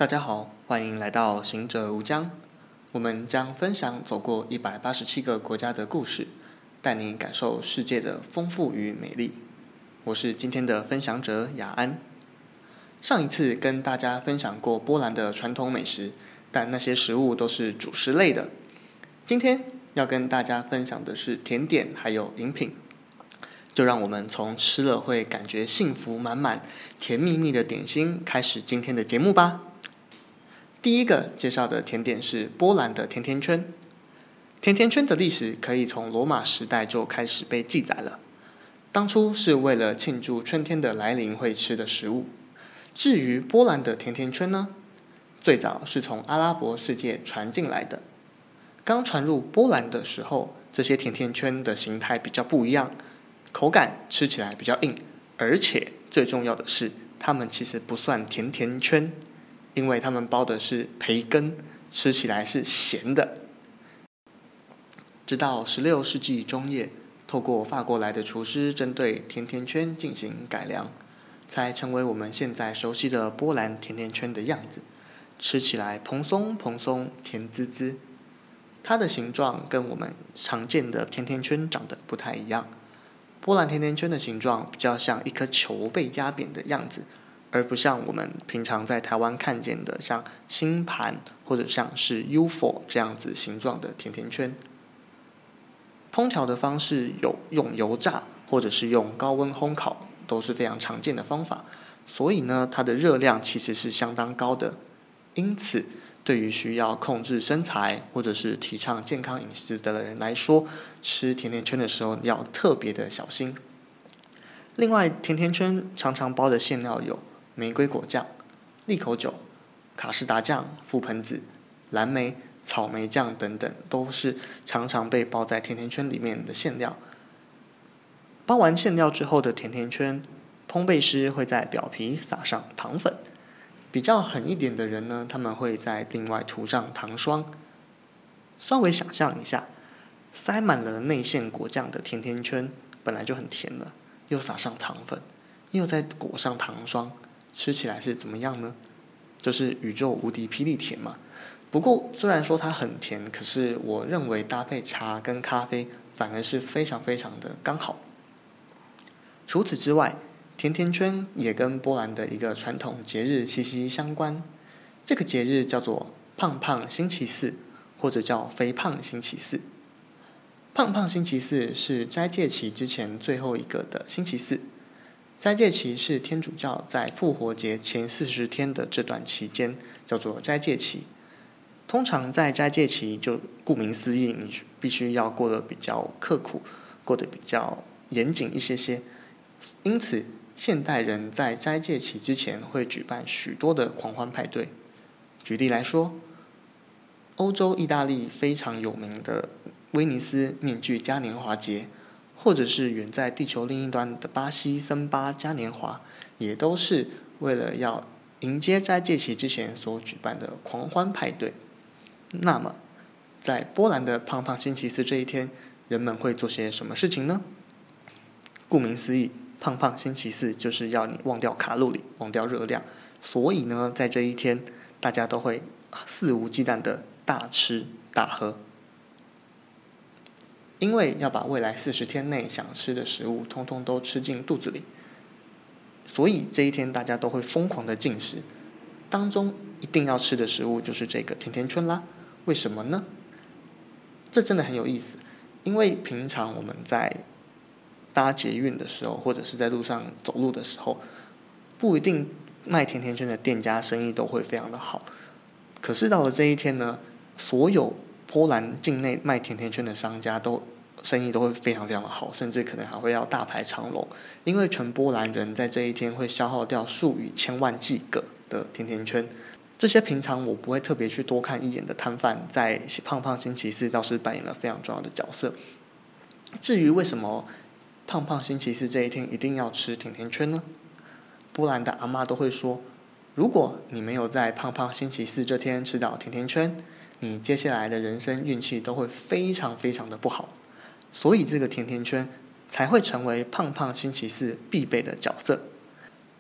大家好，欢迎来到行者无疆。我们将分享走过187个国家的故事，带你感受世界的丰富与美丽。我是今天的分享者雅安。上一次跟大家分享过波兰的传统美食，但那些食物都是主食类的。今天要跟大家分享的是甜点还有饮品。就让我们从吃了会感觉幸福满满、甜蜜蜜的点心开始今天的节目吧。第一个介绍的甜点是波兰的甜甜圈。甜甜圈的历史可以从罗马时代就开始被记载了。当初是为了庆祝春天的来临会吃的食物。至于波兰的甜甜圈呢，最早是从阿拉伯世界传进来的。刚传入波兰的时候，这些甜甜圈的形态比较不一样，口感吃起来比较硬，而且最重要的是，它们其实不算甜甜圈，因为它们包的是培根，吃起来是咸的。直到16世纪中叶，透过法国来的厨师针对甜甜圈进行改良，才成为我们现在熟悉的波兰甜甜圈的样子，吃起来蓬松蓬松，甜滋滋。它的形状跟我们常见的甜甜圈长得不太一样。波兰甜甜圈的形状比较像一颗球被压扁的样子，而不像我们平常在台湾看见的像星盘或者像是 UFO 这样子形状的甜甜圈。烹调的方式有用油炸或者是用高温烘烤，都是非常常见的方法，所以呢，它的热量其实是相当高的。因此，对于需要控制身材或者是提倡健康饮食的人来说，吃甜甜圈的时候要特别的小心。另外，甜甜圈常常包的馅料有玫瑰果酱、利口酒、卡士达酱、覆盆子、蓝莓、草莓酱等等，都是常常被包在甜甜圈里面的馅料。包完馅料之后的甜甜圈，烘焙师会在表皮撒上糖粉。比较狠一点的人呢，他们会在另外涂上糖霜。稍微想象一下，塞满了内馅果酱的甜甜圈本来就很甜了，又撒上糖粉，又再裹上糖霜，吃起来是怎么样呢？就是宇宙无敌霹雳甜嘛。不过虽然说它很甜，可是我认为搭配茶跟咖啡反而是非常非常的刚好。除此之外，甜甜圈也跟波兰的一个传统节日息息相关。这个节日叫做胖胖星期四，或者叫肥胖星期四。胖胖星期四是斋戒期之前最后一个的星期四。斋戒期是天主教在复活节前40天的这段期间，叫做斋戒期。通常在斋戒期，就顾名思义，你必须要过得比较刻苦，过得比较严谨一些些。因此，现代人在斋戒期之前会举办许多的狂欢派对。举例来说，欧洲意大利非常有名的威尼斯面具嘉年华节，或者是远在地球另一端的巴西森巴嘉年华，也都是为了要迎接斋戒期之前所举办的狂欢派对。那么，在波兰的胖胖星期四这一天，人们会做些什么事情呢？顾名思义，胖胖星期四就是要你忘掉卡路里，忘掉热量。所以呢，在这一天，大家都会肆无忌惮的大吃大喝，因为要把未来40天内想吃的食物通通都吃进肚子里。所以这一天大家都会疯狂的进食，当中一定要吃的食物就是这个甜甜圈啦。为什么呢？这真的很有意思，因为平常我们在搭捷运的时候，或者是在路上走路的时候，不一定卖甜甜圈的店家生意都会非常的好。可是到了这一天呢，所有波兰境内卖甜甜圈的商家生意都会非常非常的好，甚至可能还会要大排长龙，因为全波兰人在这一天会消耗掉数以千万计个的甜甜圈。这些平常我不会特别去多看一眼的摊贩，在胖胖星期四倒是扮演了非常重要的角色。至于为什么胖胖星期四这一天一定要吃甜甜圈呢？波兰的阿嬷都会说，如果你没有在胖胖星期四这天吃到甜甜圈，你接下来的人生运气都会非常非常的不好。所以这个甜甜圈才会成为胖胖星期四必备的角色。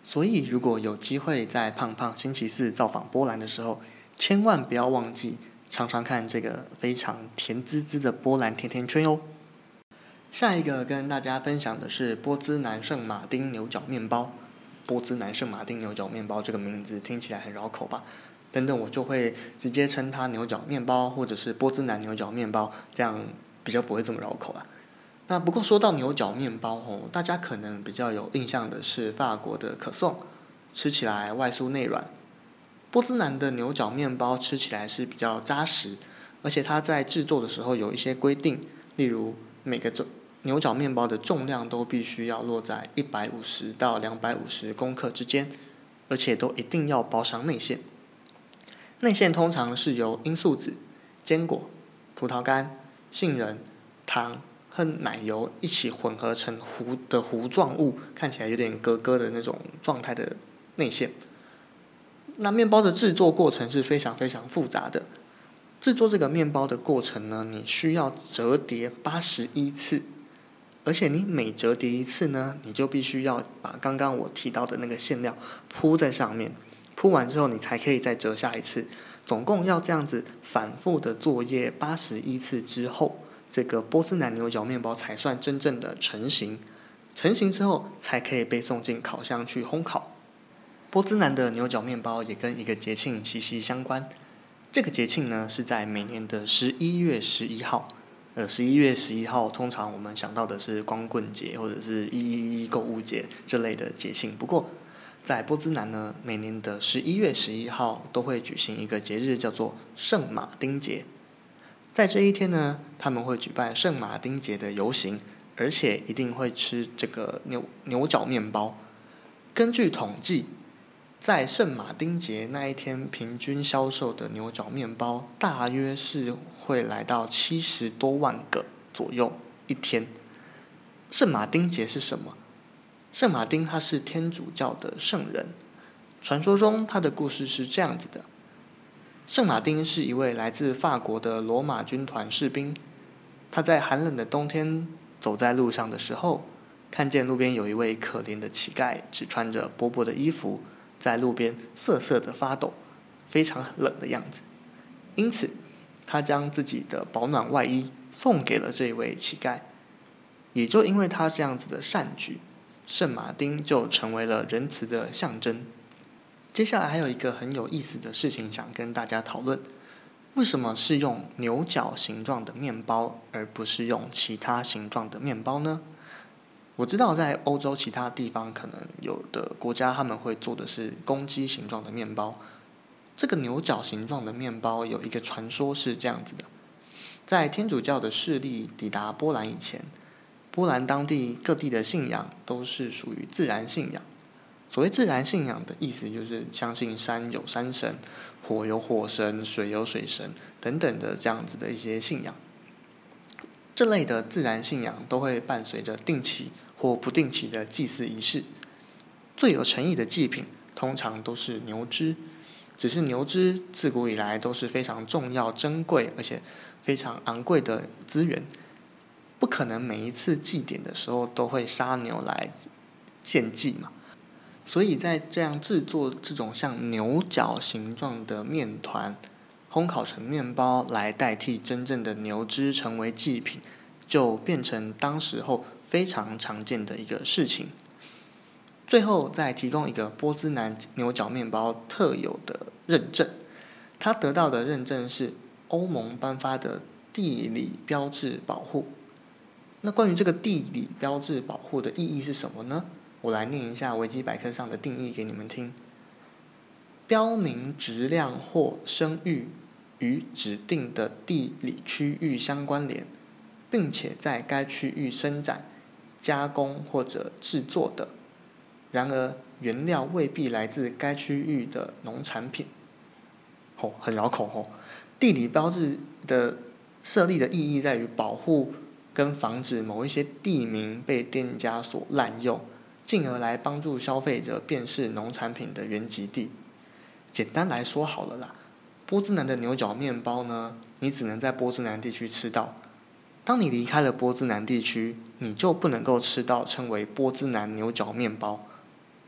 所以如果有机会在胖胖星期四造访波兰的时候，千万不要忘记尝尝看这个非常甜滋滋的波兰甜甜圈哦。下一个跟大家分享的是波兹南圣马丁牛角面包。波兹南圣马丁牛角面包这个名字听起来很绕口吧？等等我就会直接称它牛角面包，或者是波兹南牛角面包，这样比较不会这么绕口啦。那不过说到牛角面包大家可能比较有印象的是法国的可颂，吃起来外酥内软。波兹南的牛角面包吃起来是比较扎实，而且它在制作的时候有一些规定，例如每个牛角面包的重量都必须要落在150到250公克之间，而且都一定要包上内馅。内馅通常是由罂粟籽、坚果、葡萄干、杏仁、糖和奶油一起混合成糊状物，看起来有点咯咯的那种状态的内馅。那面包的制作过程是非常非常复杂的。制作这个面包的过程呢，你需要折叠81次，而且你每折叠一次呢，你就必须要把刚刚我提到的那个馅料铺在上面，铺完之后你才可以再折下一次，总共要这样子反复的作业81次之后，这个波兹南牛角面包才算真正的成型。成型之后才可以被送进烤箱去烘烤。波兹南的牛角面包也跟一个节庆息息相关，这个节庆呢是在每年的11月11号。11月11号通常我们想到的是光棍节或者是111购物节这类的节庆，不过在波兹南呢，每年的11月11号都会举行一个节日，叫做圣马丁节。在这一天呢，他们会举办圣马丁节的游行，而且一定会吃这个牛角面包。根据统计，在圣马丁节那一天平均销售的牛角面包大约是会来到70多万个左右一天。圣马丁节是什么？圣马丁他是天主教的圣人，传说中他的故事是这样子的：圣马丁是一位来自法国的罗马军团士兵，他在寒冷的冬天走在路上的时候，看见路边有一位可怜的乞丐，只穿着薄薄的衣服，在路边瑟瑟的发抖，非常冷的样子。因此他将自己的保暖外衣送给了这位乞丐。也就因为他这样子的善举，圣马丁就成为了仁慈的象征。接下来还有一个很有意思的事情想跟大家讨论，为什么是用牛角形状的面包，而不是用其他形状的面包呢？我知道在欧洲其他地方可能有的国家他们会做的是公鸡形状的面包。这个牛角形状的面包有一个传说是这样子的：在天主教的势力抵达波兰以前，波兰当地各地的信仰都是属于自然信仰。所谓自然信仰的意思就是相信山有山神，火有火神，水有水神等等的这样子的一些信仰。这类的自然信仰都会伴随着定期或不定期的祭祀仪式。最有诚意的祭品通常都是牛脂，只是牛脂自古以来都是非常重要、珍贵而且非常昂贵的资源，不可能每一次祭典的时候都会杀牛来献祭嘛。所以在这样制作这种像牛角形状的面团，烘烤成面包来代替真正的牛脂成为祭品，就变成当时候非常常见的一个事情。最后再提供一个波兹南牛角面包特有的认证，它得到的认证是欧盟颁发的地理标志保护。那关于这个地理标志保护的意义是什么呢？我来念一下维基百科上的定义给你们听：标明质量或声誉与指定的地理区域相关联，并且在该区域生产、加工或者制作的，然而原料未必来自该区域的农产品。很绕口。地理标志的设立的意义在于保护跟防止某一些地名被店家所滥用，进而来帮助消费者辨识农产品的原籍地。简单来说好了啦，波兹南的牛角面包呢，你只能在波兹南地区吃到。当你离开了波兹南地区，你就不能够吃到称为波兹南牛角面包的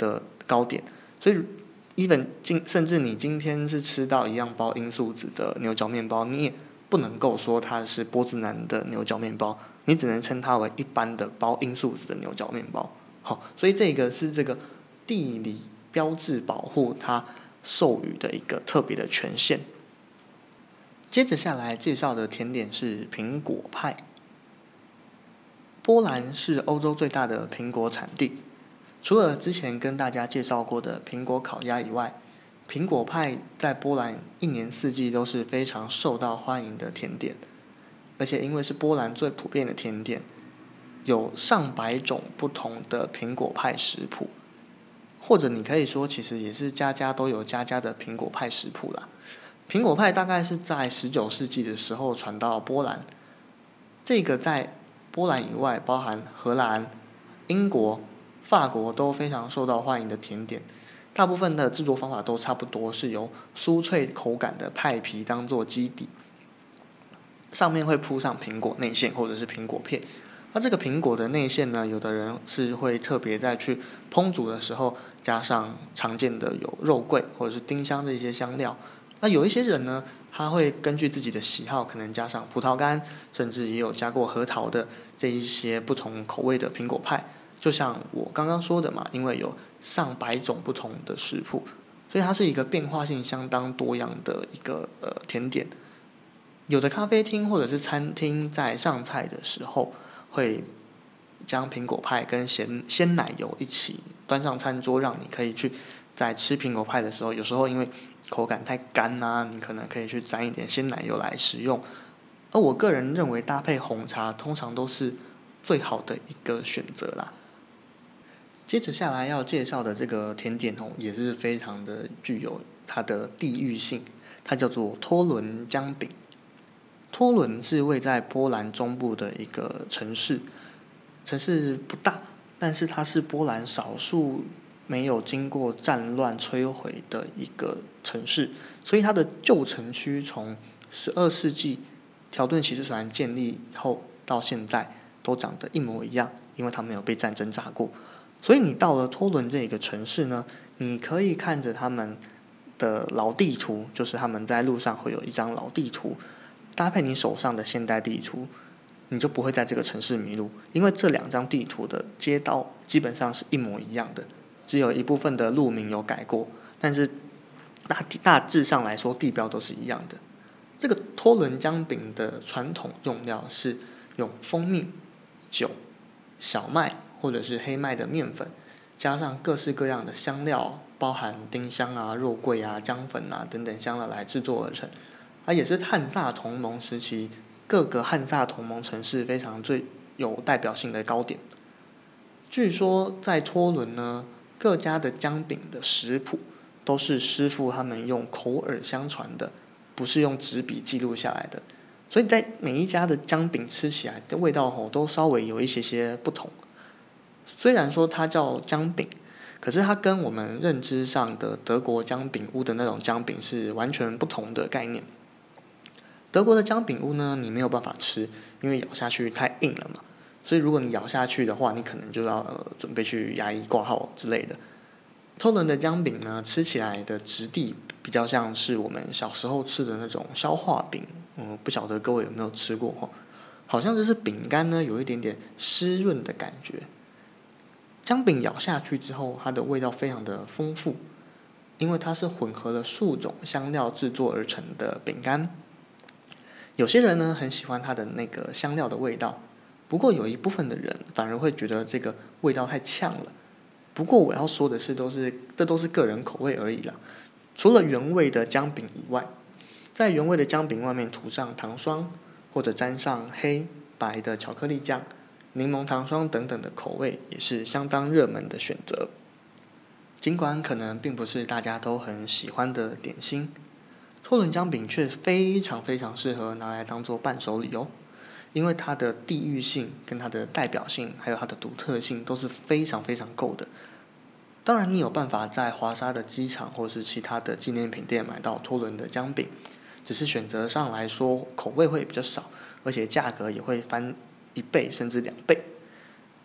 糕点，所以甚至你今天是吃到一样包罂粟籽的牛角面包，你也不能够说它是波兹南的牛角面包，你只能称它为一般的包罂粟籽的牛角面包。好，所以这个是这个地理标志保护它授予的一个特别的权限。接着下来介绍的甜点是苹果派。波兰是欧洲最大的苹果产地，除了之前跟大家介绍过的苹果烤鸭以外，苹果派在波兰一年四季都是非常受到欢迎的甜点，而且因为是波兰最普遍的甜点，有上百种不同的苹果派食谱，或者你可以说其实也是家家都有家家的苹果派食谱啦。苹果派大概是在19世纪的时候传到波兰，这个在波兰以外包含荷兰、英国、法国都非常受到欢迎的甜点，大部分的制作方法都差不多，是由酥脆口感的派皮当做基底，上面会铺上苹果内馅或者是苹果片。那这个苹果的内馅呢，有的人是会特别在去烹煮的时候加上常见的有肉桂或者是丁香这些香料。那有一些人呢，他会根据自己的喜好，可能加上葡萄干，甚至也有加过核桃的这一些不同口味的苹果派。就像我刚刚说的嘛，因为有上百种不同的食谱，所以它是一个变化性相当多样的一个甜点。有的咖啡厅或者是餐厅在上菜的时候，会将苹果派跟鲜奶油一起端上餐桌，让你可以去在吃苹果派的时候，有时候因为口感太干啊，你可能可以去沾一点鲜奶油来食用。而我个人认为搭配红茶通常都是最好的一个选择啦。接着下来要介绍的这个甜点也是非常的具有它的地域性，它叫做托伦姜饼。托伦是位在波兰中部的一个城市不大，但是它是波兰少数没有经过战乱摧毁的一个城市，所以它的旧城区从12世纪条顿骑士团建立后到现在都长得一模一样，因为它没有被战争炸过。所以你到了托伦这个城市呢，你可以看着他们的老地图，就是他们在路上会有一张老地图，搭配你手上的现代地图，你就不会在这个城市迷路，因为这两张地图的街道基本上是一模一样的，只有一部分的路名有改过，但是大致上来说地标都是一样的。这个托伦姜饼的传统用料是用蜂蜜、酒、小麦或者是黑麦的面粉，加上各式各样的香料，包含丁香啊、肉桂啊、姜粉啊等等香料来制作而成。它也是汉萨同盟时期各个汉萨同盟城市非常最有代表性的糕点。据说在托伦呢，各家的姜饼的食谱都是师傅他们用口耳相传的，不是用纸笔记录下来的，所以在每一家的姜饼吃起来的味道都稍微有一些不同。虽然说它叫姜饼，可是它跟我们认知上的德国姜饼屋的那种姜饼是完全不同的概念。德国的姜饼屋呢，你没有办法吃，因为咬下去太硬了嘛，所以如果你咬下去的话，你可能就要准备去牙医挂号之类的。托伦的姜饼呢，吃起来的质地比较像是我们小时候吃的那种消化饼，不晓得各位有没有吃过好像就是饼干呢有一点点湿润的感觉。姜饼咬下去之后，它的味道非常的丰富，因为它是混合了数种香料制作而成的饼干。有些人呢很喜欢它的那个香料的味道，不过有一部分的人反而会觉得这个味道太呛了。不过我要说的是，这都是个人口味而已啦。除了原味的姜饼以外，在原味的姜饼外面涂上糖霜，或者沾上黑白的巧克力酱、柠檬糖霜等等的口味，也是相当热门的选择。尽管可能并不是大家都很喜欢的点心，托伦姜饼却非常非常适合拿来当做伴手礼因为它的地域性跟它的代表性还有它的独特性都是非常非常够的。当然你有办法在华沙的机场或是其他的纪念品店买到托伦的姜饼，只是选择上来说口味会比较少，而且价格也会翻1倍甚至2倍。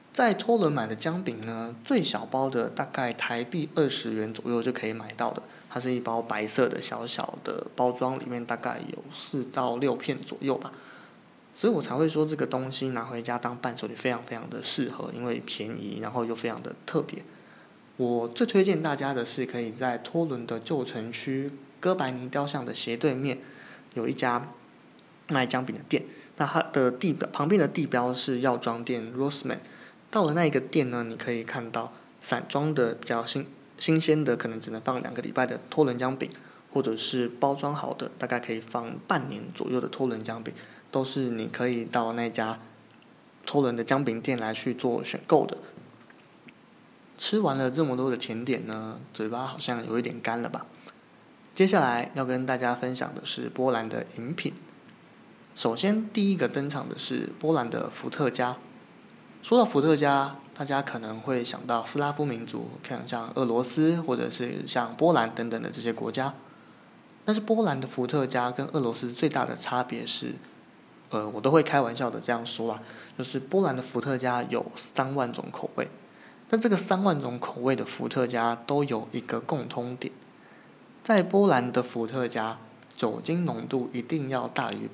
在托伦买的姜饼呢，最小包的大概台币20元左右就可以买到的，它是一包白色的小小的包装，里面大概有4到6片左右吧。所以我才会说这个东西拿回家当伴手礼非常非常的适合，因为便宜，然后又非常的特别。我最推荐大家的是可以在托伦的旧城区哥白尼雕像的斜对面有一家卖姜饼的店，那它的旁边的地标是药妆店 Roseman。到了那一个店呢，你可以看到散装的比较新鲜的，可能只能放2个礼拜的托伦姜饼，或者是包装好的，大概可以放半年左右的托伦姜饼，都是你可以到那家托伦的姜饼店来去做选购的。吃完了这么多的甜点呢，嘴巴好像有一点干了吧？接下来要跟大家分享的是波兰的饮品。首先，第一个登场的是波兰的伏特加。说到伏特加，大家可能会想到斯拉夫民族，看像俄罗斯或者是像波兰等等的这些国家。但是波兰的伏特加跟俄罗斯最大的差别是，我都会开玩笑的这样说啦，就是波兰的伏特加有3万种口味，但这个3万种口味的伏特加都有一个共通点，在波兰的伏特加，酒精浓度一定要大于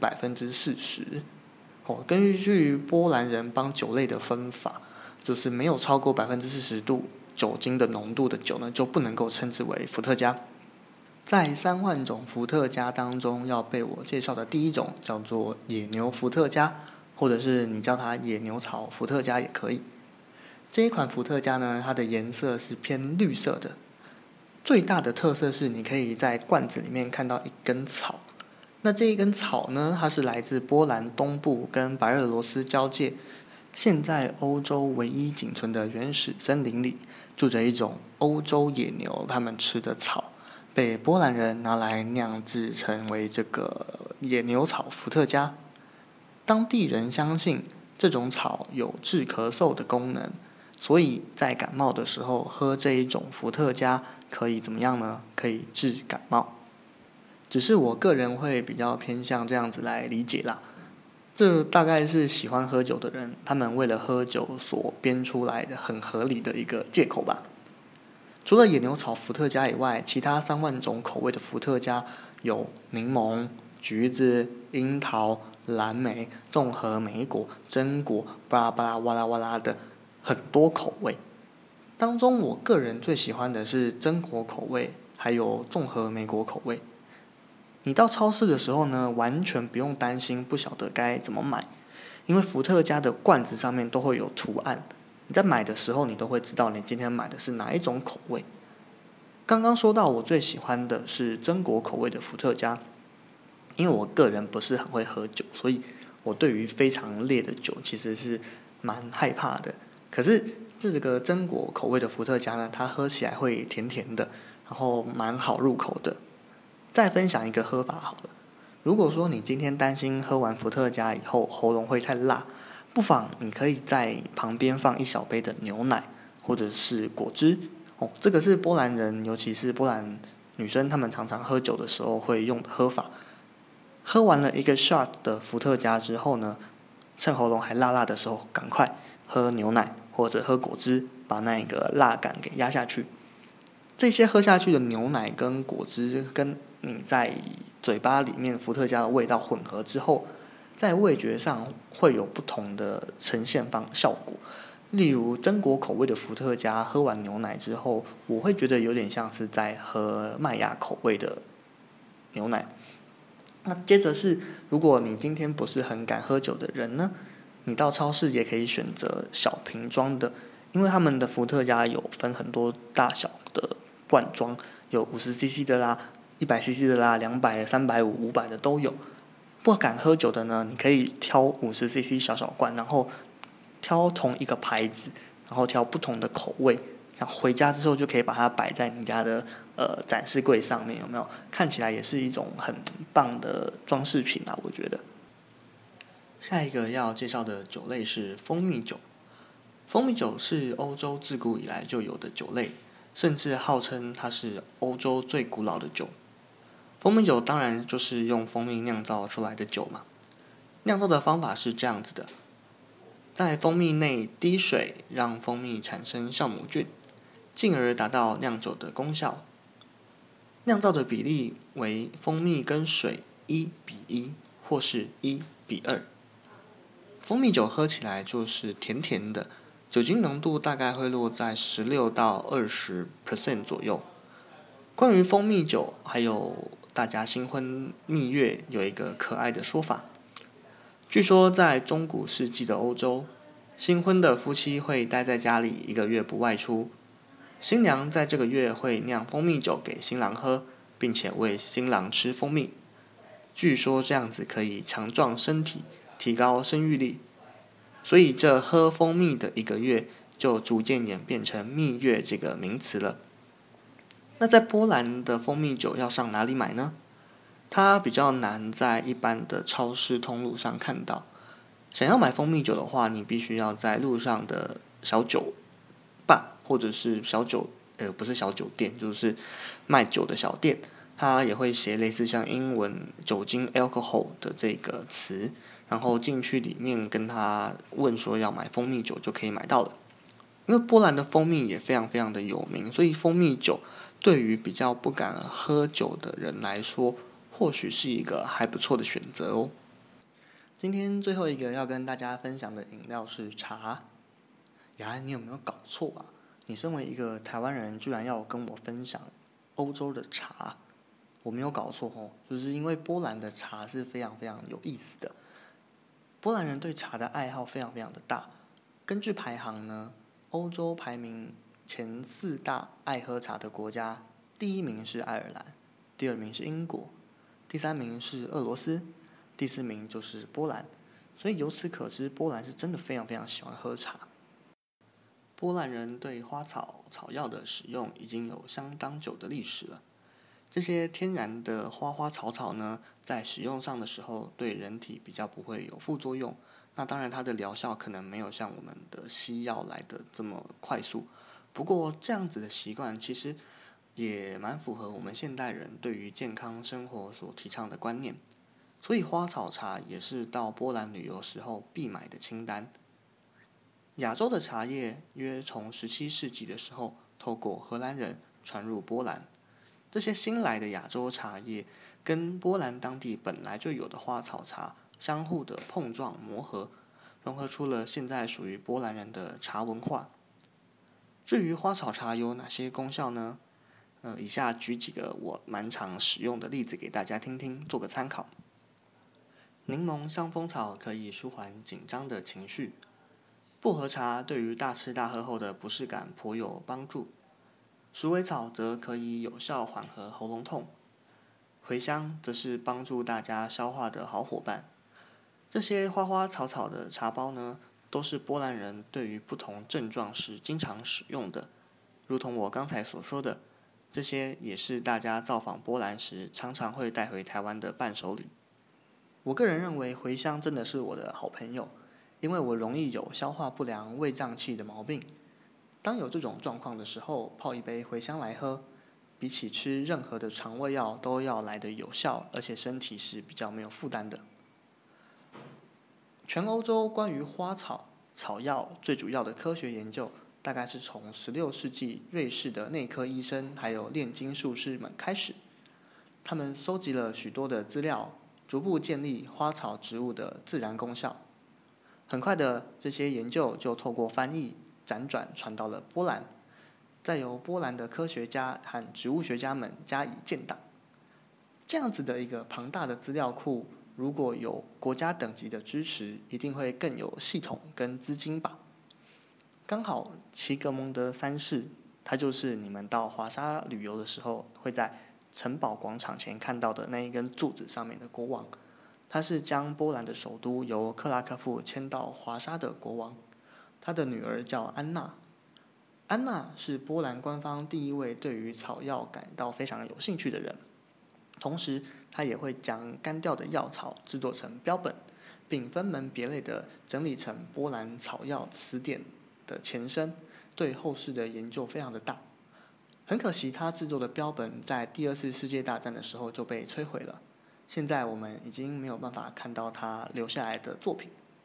40%。根据波兰人帮酒类的分法，就是没有超过40%度酒精的浓度的酒呢，就不能够称之为伏特加。在3万种伏特加当中，要被我介绍的第一种叫做野牛伏特加，或者是你叫它野牛草伏特加也可以。这一款伏特加呢，它的颜色是偏绿色的，最大的特色是你可以在罐子里面看到一根草。那这一根草呢，它是来自波兰东部跟白俄罗斯交界，现在欧洲唯一仅存的原始森林里，住着一种欧洲野牛，它们吃的草，被波兰人拿来酿制成为这个野牛草伏特加。当地人相信这种草有治咳嗽的功能，所以在感冒的时候喝这一种伏特加可以怎么样呢？可以治感冒。只是我个人会比较偏向这样子来理解啦，这大概是喜欢喝酒的人，他们为了喝酒所编出来的很合理的一个借口吧。除了野牛草伏特加以外，其他3万种口味的伏特加有柠檬、橘子、樱桃、蓝莓、综合莓果、榛果，巴拉巴拉哇啦哇啦的很多口味。当中我个人最喜欢的是榛果口味，还有综合莓果口味。你到超市的时候呢，完全不用担心不晓得该怎么买，因为伏特加的罐子上面都会有图案，你在买的时候你都会知道你今天买的是哪一种口味。刚刚说到我最喜欢的是榛果口味的伏特加，因为我个人不是很会喝酒，所以我对于非常烈的酒其实是蛮害怕的。可是这个榛果口味的伏特加呢，它喝起来会甜甜的，然后蛮好入口的。再分享一个喝法好了，如果说你今天担心喝完伏特加以后喉咙会太辣，不妨你可以在旁边放1小杯的牛奶或者是果汁。这个是波兰人，尤其是波兰女生，她们常常喝酒的时候会用的喝法。喝完了一个 shot 的伏特加之后呢，趁喉咙还辣辣的时候，赶快喝牛奶或者喝果汁，把那个辣感给压下去。这些喝下去的牛奶跟果汁跟你在嘴巴里面伏特加的味道混合之后，在味觉上会有不同的呈现效果。例如榛果口味的伏特加，喝完牛奶之后，我会觉得有点像是在喝麦芽口味的牛奶。那接着是，如果你今天不是很敢喝酒的人呢，你到超市也可以选择小瓶装的，因为他们的伏特加有分很多大小的罐装，有50cc 的啦、100cc 的啦、200的、350、500的都有。不敢喝酒的呢，你可以挑50cc 小小罐，然后挑同一个牌子，然后挑不同的口味，然后回家之后就可以把它摆在你家的展示柜上面，有没有？看起来也是一种很棒的装饰品啊，我觉得。下一个要介绍的酒类是蜂蜜酒。蜂蜜酒是欧洲自古以来就有的酒类，甚至号称它是欧洲最古老的酒。蜂蜜酒当然就是用蜂蜜酿造出来的酒嘛。酿造的方法是这样子的： 在蜂蜜内滴水，让蜂蜜产生酵母菌，进而达到酿酒的功效。酿造的比例为蜂蜜跟水1:1，或是1:2。蜂蜜酒喝起来就是甜甜的，酒精浓度大概会落在16到20% 左右。关于蜂蜜酒，还有大家新婚蜜月有一个可爱的说法。据说在中古世纪的欧洲，新婚的夫妻会待在家里1个月不外出，新娘在这个月会酿蜂蜜酒给新郎喝，并且喂新郎吃蜂蜜。据说这样子可以强壮身体，提高生育力，所以这喝蜂蜜的1个月就逐渐演变成蜜月这个名词了。那在波兰的蜂蜜酒要上哪里买呢？它比较难在一般的超市通路上看到。想要买蜂蜜酒的话，你必须要在路上的小酒吧，或者是不是小酒店，就是卖酒的小店，它也会写类似像英文酒精 alcohol 的这个词，然后进去里面跟他问说要买蜂蜜酒就可以买到了。因为波兰的蜂蜜也非常非常的有名，所以蜂蜜酒对于比较不敢喝酒的人来说，或许是一个还不错的选择哦。今天最后一个要跟大家分享的饮料是茶。雅安，你有没有搞错啊？你身为一个台湾人，居然要跟我分享欧洲的茶？我没有搞错哦，就是因为波兰的茶是非常非常有意思的。波兰人对茶的爱好非常非常的大。根据排行呢，欧洲排名前4大爱喝茶的国家，第1名是爱尔兰，第2名是英国，第3名是俄罗斯，第4名就是波兰。所以由此可知，波兰是真的非常非常喜欢喝茶。波兰人对花草、草药的使用已经有相当久的历史了。这些天然的花花草草呢，在使用上的时候，对人体比较不会有副作用。那当然，它的疗效可能没有像我们的西药来的这么快速。不过，这样子的习惯其实也蛮符合我们现代人对于健康生活所提倡的观念。所以，花草茶也是到波兰旅游时候必买的清单。亚洲的茶叶约从17世纪的时候，透过荷兰人传入波兰。这些新来的亚洲茶叶跟波兰当地本来就有的花草茶相互的碰撞磨合，融合出了现在属于波兰人的茶文化。至于花草茶有哪些功效呢？以下举几个我蛮常使用的例子给大家听听，做个参考。柠檬香蜂草可以舒缓紧张的情绪，薄荷茶对于大吃大喝后的不适感颇有帮助，鼠尾草则可以有效缓和喉咙痛，茴香则是帮助大家消化的好伙伴。这些花花草草的茶包呢，都是波兰人对于不同症状时经常使用的，如同我刚才所说的，这些也是大家造访波兰时常常会带回台湾的伴手礼。我个人认为茴香真的是我的好朋友，因为我容易有消化不良、胃胀气的毛病。当有这种状况的时候，泡一杯茴香来喝，比起吃任何的肠胃药都要来得有效，而且身体是比较没有负担的。全欧洲关于花草、草药最主要的科学研究，大概是从16世纪瑞士的内科医生还有炼金术士们开始。他们搜集了许多的资料，逐步建立花草植物的自然功效。很快的，这些研究就透过翻译、辗转传到了波兰，再由波兰的科学家和植物学家们加以建档。这样子的一个庞大的资料库，如果有国家等级的支持，一定会更有系统跟资金吧。刚好齐格蒙德3世，他就是你们到华沙旅游的时候会在城堡广场前看到的那一根柱子上面的国王，他是将波兰的首都由克拉科夫迁到华沙的国王。他的女儿叫安娜，安娜是波兰官方第一位对于草药感到非常有兴趣的人。同时，他也会将干掉的药草制作成标本，并分门别类地整理成波兰草药词典的前身，对后世的研究非常的大。很可惜，他制作的标本在第2次世界大战的时候就被摧毁了。现在我们已经没有办法看到他留下来的作品。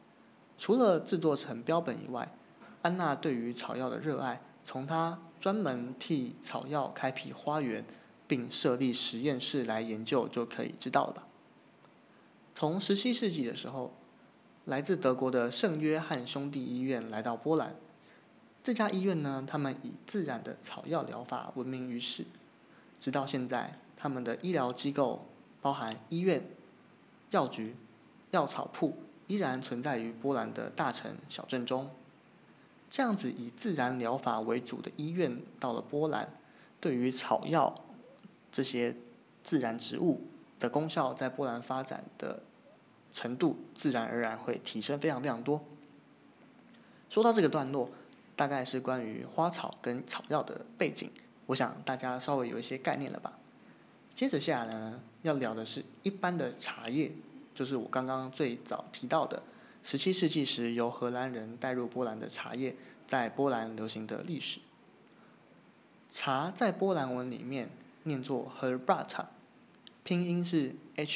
除了制作成标本以外，安娜对于草药的热爱，从她专门替草药开辟花园，并设立实验室来研究就可以知道了吧。从17世纪的时候，来自德国的圣约翰兄弟医院来到波兰。这家医院呢，他们以自然的草药疗法闻名于世，直到现在，他们的医疗机构包含医院、药局、药草铺，依然存在于波兰的大城小镇中。这样子以自然疗法为主的医院到了波兰，对于草药这些自然植物的功效，在波兰发展的程度，自然而然会提升非常非常多。说到这个段落，大概是关于花草跟草药的背景，我想大家稍微有一些概念了吧。接着下来呢，要聊的是一般的茶叶，就是我刚刚最早提到的17世纪时由荷兰人带入波兰的茶叶，在波兰流行的历史。茶在波兰文里面念作 herbata， 拼音是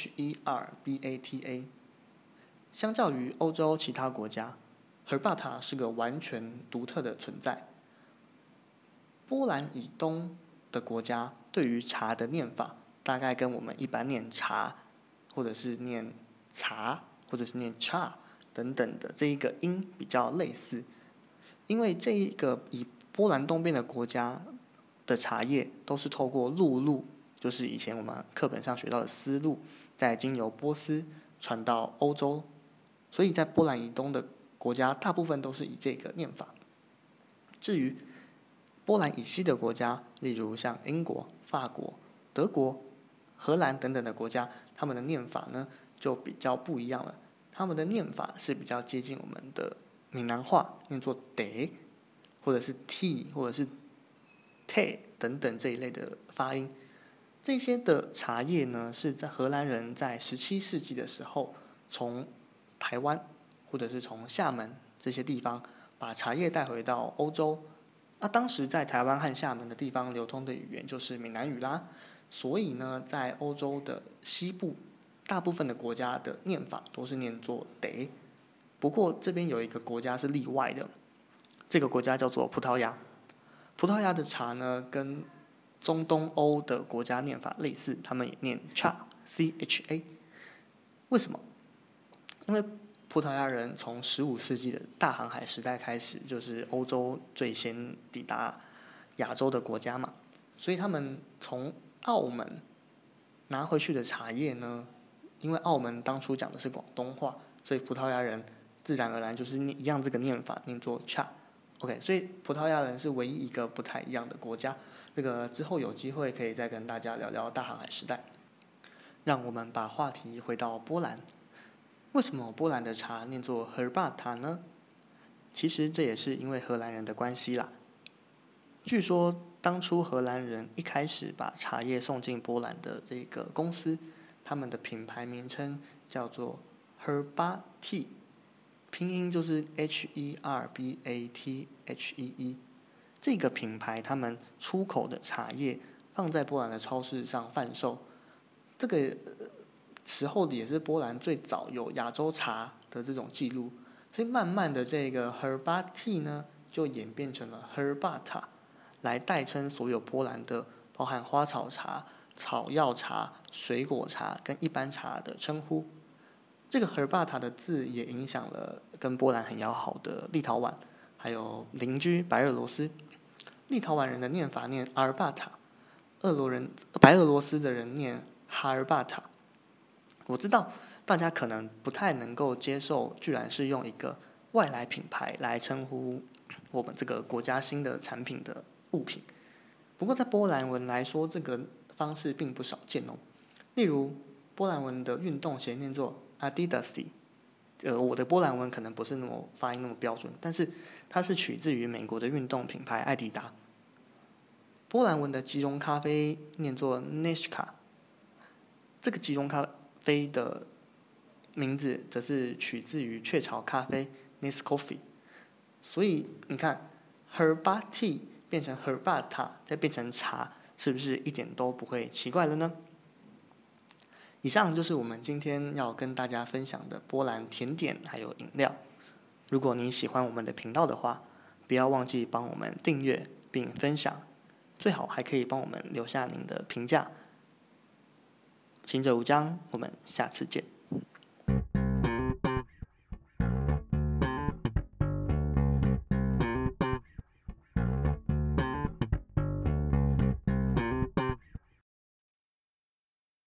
Herbata。相较于欧洲其他国家，Herbata 是个完全独特的存在。波兰以东的国家对于茶的念法，大概跟我们一般念茶，或者是念茶，或者是念 cha 等等的这一个音比较类似。因为这一个以波兰东边的国家的茶叶都是透过陆路，就是以前我们课本上学到的丝路，再经由波斯传到欧洲，所以在波兰以东的国家大部分都是以这个念法。至于波兰以西的国家，例如像英国、法国、德国、荷兰等等的国家，他们的念法呢就比较不一样了。他们的念法是比较接近我们的闽南话，念作得，或者是 t， 或者是 te 等等这一类的发音。这些的茶叶呢，是在荷兰人在17世纪的时候，从台湾或者是从厦门这些地方把茶叶带回到欧洲。当时在台湾和厦门的地方流通的语言就是闽南语啦，所以呢，在欧洲的西部，大部分的国家的念法都是念作得。不过这边有一个国家是例外的，这个国家叫做葡萄牙。葡萄牙的茶呢，跟中东欧的国家念法类似，他们也念 cha。为什么？因为葡萄牙人从15世纪的大航海时代开始，就是欧洲最先抵达亚洲的国家嘛，所以他们从澳门拿回去的茶叶呢，因为澳门当初讲的是广东话，所以葡萄牙人自然而然就是一样这个念法，念作 cha。OK， 所以葡萄牙人是唯一一个不太一样的国家。这个之后有机会可以再跟大家聊聊大航海时代。让我们把话题回到波兰。为什么波兰的茶念作 herbata 呢？其实这也是因为荷兰人的关系啦。据说当初荷兰人一开始把茶叶送进波兰的这个公司，他们的品牌名称叫做 Herbati， 拼音就是 Herbathee。这个品牌他们出口的茶叶放在波兰的超市上贩售，这个时候也是波兰最早有亚洲茶的这种记录，所以慢慢的这个 Herbati 呢就演变成了 Herbata， 来代称所有波兰的包含花草茶、草药茶、水果茶跟一般茶的称呼。这个 Herbata 的字也影响了跟波兰很要好的立陶宛，还有邻居白俄罗斯。立陶宛人的念法念 Arbata， 白俄罗斯的人念 Harbata。我知道大家可能不太能够接受，居然是用一个外来品牌来称呼我们这个国家新的产品的物品。不过在波兰文来说，这个方式并不少见哦。例如，波兰文的运动鞋念作 Adidas。我的波兰文可能不是那么发音那么标准，但是它是取自于美国的运动品牌艾迪达。波兰文的即溶咖啡念作 Neshka， 这个即溶咖啡的名字则是取自于雀巢咖啡 Nescoffee。所以你看 Herbati 变成 Herbata 再变成茶，是不是一点都不会奇怪了呢？以上就是我们今天要跟大家分享的波兰甜点还有饮料。 如果你喜欢我们的频道的话，不要忘记帮我们订阅并分享，最好还可以帮我们留下您的评价。行者无疆，我们下次见。